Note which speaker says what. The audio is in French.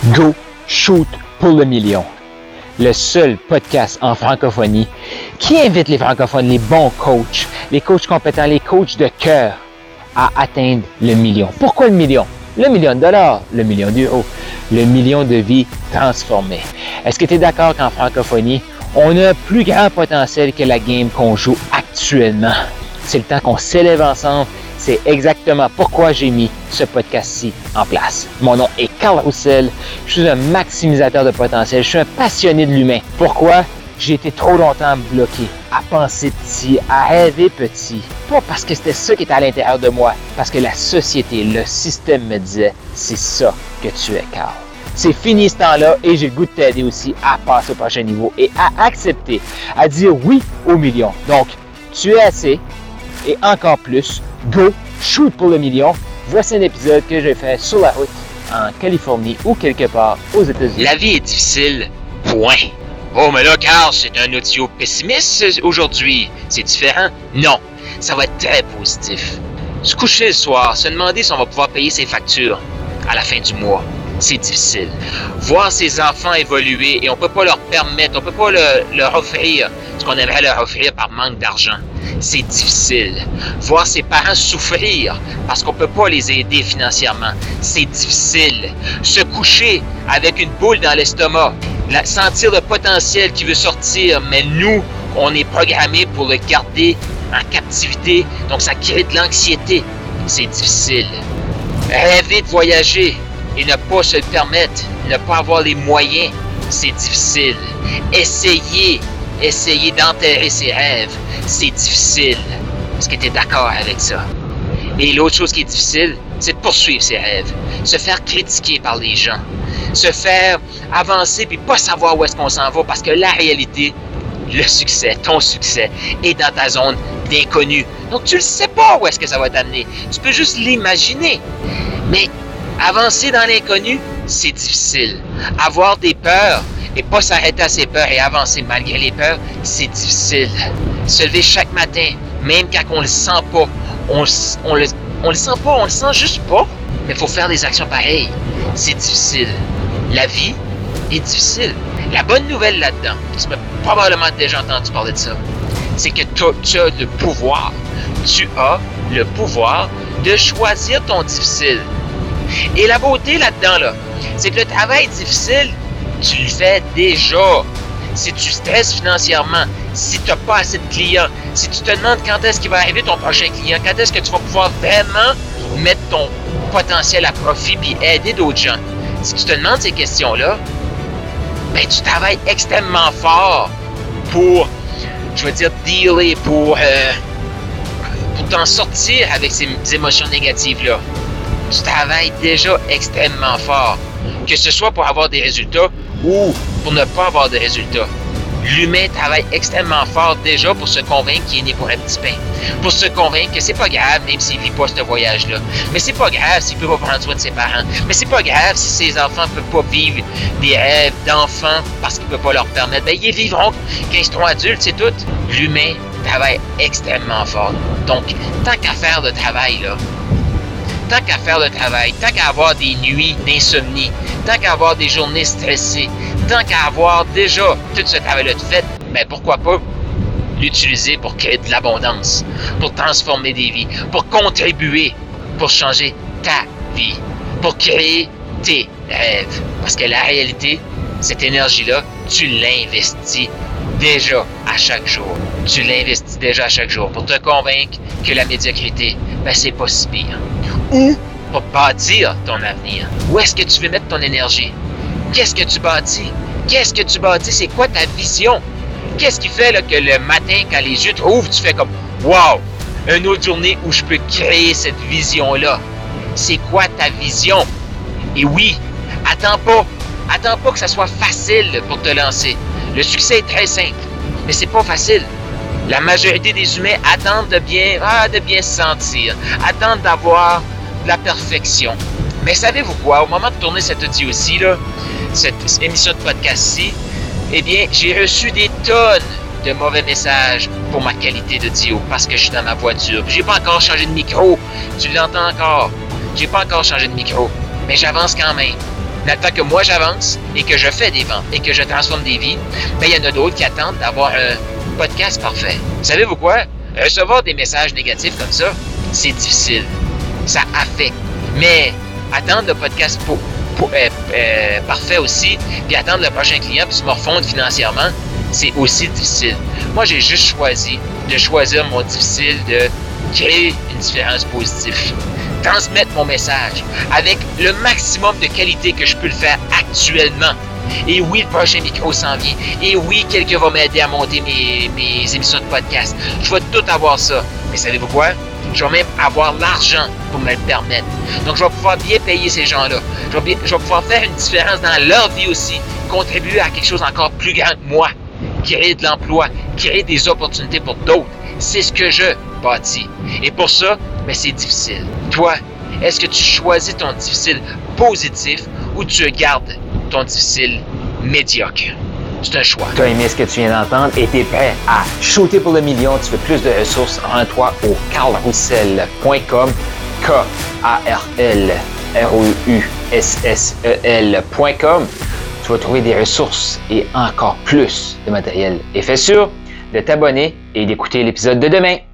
Speaker 1: Go Shoot pour le million. Le seul podcast en francophonie qui invite les francophones, les bons coachs, les coachs compétents, les coachs de cœur à atteindre le million. Pourquoi le million? Le million de dollars, le million d'euros, le million de vies transformées. Est-ce que tu es d'accord qu'en francophonie, on a un plus grand potentiel que la game qu'on joue actuellement? C'est le temps qu'on s'élève ensemble. C'est exactement pourquoi j'ai mis ce podcast-ci en place. Mon nom est Carl Roussel. Je suis un maximisateur de potentiel. Je suis un passionné de l'humain. Pourquoi? J'ai été trop longtemps bloqué à penser petit, à rêver petit. Pas parce que c'était ça qui était à l'intérieur de moi, parce que la société, le système me disait « c'est ça que tu es, Carl ». C'est fini ce temps-là et j'ai le goût de t'aider aussi à passer au prochain niveau et à accepter, à dire oui au million. Donc, tu es assez et encore plus. Go, shoot pour le million. Voici un épisode que j'ai fait sur la route en Californie ou quelque part aux États-Unis.
Speaker 2: La vie est difficile, point. Oh, mais là, Carl, c'est un audio pessimiste aujourd'hui. C'est différent? Non, ça va être très positif. Se coucher le soir, se demander si on va pouvoir payer ses factures à la fin du mois, c'est difficile. Voir ses enfants évoluer et on peut pas leur permettre, on peut pas leur offrir ce qu'on aimerait leur offrir par manque d'argent. C'est difficile. Voir ses parents souffrir parce qu'on peut pas les aider financièrement. C'est difficile. Se coucher avec une boule dans l'estomac, sentir le potentiel qui veut sortir, mais nous, on est programmé pour le garder en captivité. Donc ça crée de l'anxiété. C'est difficile. Rêver de voyager et ne pas se le permettre, ne pas avoir les moyens, c'est difficile. Essayer d'enterrer ses rêves, c'est difficile. Est-ce que tu es d'accord avec ça? Et l'autre chose qui est difficile, c'est de poursuivre ses rêves. Se faire critiquer par les gens. Se faire avancer puis pas savoir où est-ce qu'on s'en va parce que la réalité, le succès, ton succès, est dans ta zone d'inconnu. Donc tu ne sais pas où est-ce que ça va t'amener. Tu peux juste l'imaginer. Mais avancer dans l'inconnu, c'est difficile. Avoir des peurs et pas s'arrêter à ses peurs et avancer malgré les peurs, c'est difficile. Se lever chaque matin, même quand on le sent pas, on le sent pas, on le sent juste pas, mais il faut faire des actions pareilles. C'est difficile. La vie est difficile. La bonne nouvelle là-dedans, tu m'as probablement déjà entendu parler de ça, c'est que tu as le pouvoir. Tu as le pouvoir de choisir ton difficile. Et la beauté là-dedans, là, c'est que le travail difficile, tu le fais déjà. Si tu stresses financièrement, si tu n'as pas assez de clients, si tu te demandes quand est-ce qu'il va arriver ton prochain client, quand est-ce que tu vas pouvoir vraiment mettre ton potentiel à profit puis aider d'autres gens. Si tu te demandes ces questions-là, ben tu travailles extrêmement fort pour, je veux dire, dealer, pour t'en sortir avec ces émotions négatives-là. Tu travailles déjà extrêmement fort, que ce soit pour avoir des résultats ou pour ne pas avoir de résultats. L'humain travaille extrêmement fort déjà pour se convaincre qu'il est né pour un petit pain. Pour se convaincre que c'est pas grave même s'il vit pas ce voyage-là. Mais c'est pas grave s'il peut pas prendre soin de ses parents. Mais c'est pas grave si ses enfants peuvent pas vivre des rêves d'enfants parce qu'il peut pas leur permettre. Ben ils vivront quand ils seront adultes, c'est tout. L'humain travaille extrêmement fort. Donc, tant qu'à faire le travail, là, tant qu'à avoir des nuits d'insomnie, tant qu'à avoir des journées stressées, tant qu'à avoir déjà tout ce travail-là de fait, ben pourquoi pas l'utiliser pour créer de l'abondance, pour transformer des vies, pour contribuer, pour changer ta vie, pour créer tes rêves. Parce que la réalité, cette énergie-là, tu l'investis déjà à chaque jour. Tu l'investis déjà à chaque jour pour te convaincre que la médiocrité, ben c'est pas si pire. Ou pour bâtir ton avenir. Où est-ce que tu veux mettre ton énergie? Qu'est-ce que tu bâtis? Qu'est-ce que tu bâtis? C'est quoi ta vision? Qu'est-ce qui fait là, que le matin, quand les yeux te ouvrent, tu fais comme « Wow! Une autre journée où je peux créer cette vision-là. » C'est quoi ta vision? Et oui, attends pas que ça soit facile pour te lancer. Le succès est très simple, mais c'est pas facile. La majorité des humains attendent de bien se sentir, attendent d'avoir la perfection. Mais savez-vous quoi? Au moment de tourner cet audio-ci, là, cette émission de podcast-ci, eh bien, j'ai reçu des tonnes de mauvais messages pour ma qualité d'audio parce que je suis dans ma voiture. J'ai pas encore changé de micro. Tu l'entends encore. J'ai pas encore changé de micro. Mais j'avance quand même. Dans le temps que moi j'avance et que je fais des ventes et que je transforme des vies, ben il y en a d'autres qui attendent d'avoir un podcast parfait. Savez-vous quoi? Recevoir des messages négatifs comme ça, c'est difficile. Ça affecte. Mais attendre le podcast parfait aussi, puis attendre le prochain client, puis se morfondre financièrement, c'est aussi difficile. Moi, j'ai juste choisi de choisir mon difficile, de créer une différence positive. Transmettre mon message avec le maximum de qualité que je peux le faire actuellement. Et oui, le prochain micro s'en vient. Et oui, quelqu'un va m'aider à monter mes émissions de podcast. Je vais tout avoir ça. Mais savez-vous quoi? Je vais même avoir l'argent pour me le permettre. Donc, je vais pouvoir bien payer ces gens-là. Je vais pouvoir faire une différence dans leur vie aussi. Contribuer à quelque chose encore plus grand que moi. Créer de l'emploi. Créer des opportunités pour d'autres. C'est ce que je bâtis. Et pour ça, ben, c'est difficile. Toi, est-ce que tu choisis ton difficile positif ou tu gardes ton difficile médiocre? C'est un choix.
Speaker 1: Tu as aimé ce que tu viens d'entendre et tu es prêt à shooter pour le million. Tu veux plus de ressources, rends-toi au carlroussel.com, KARLROUSSEL.com. Tu vas trouver des ressources et encore plus de matériel. Et fais sûr de t'abonner et d'écouter l'épisode de demain.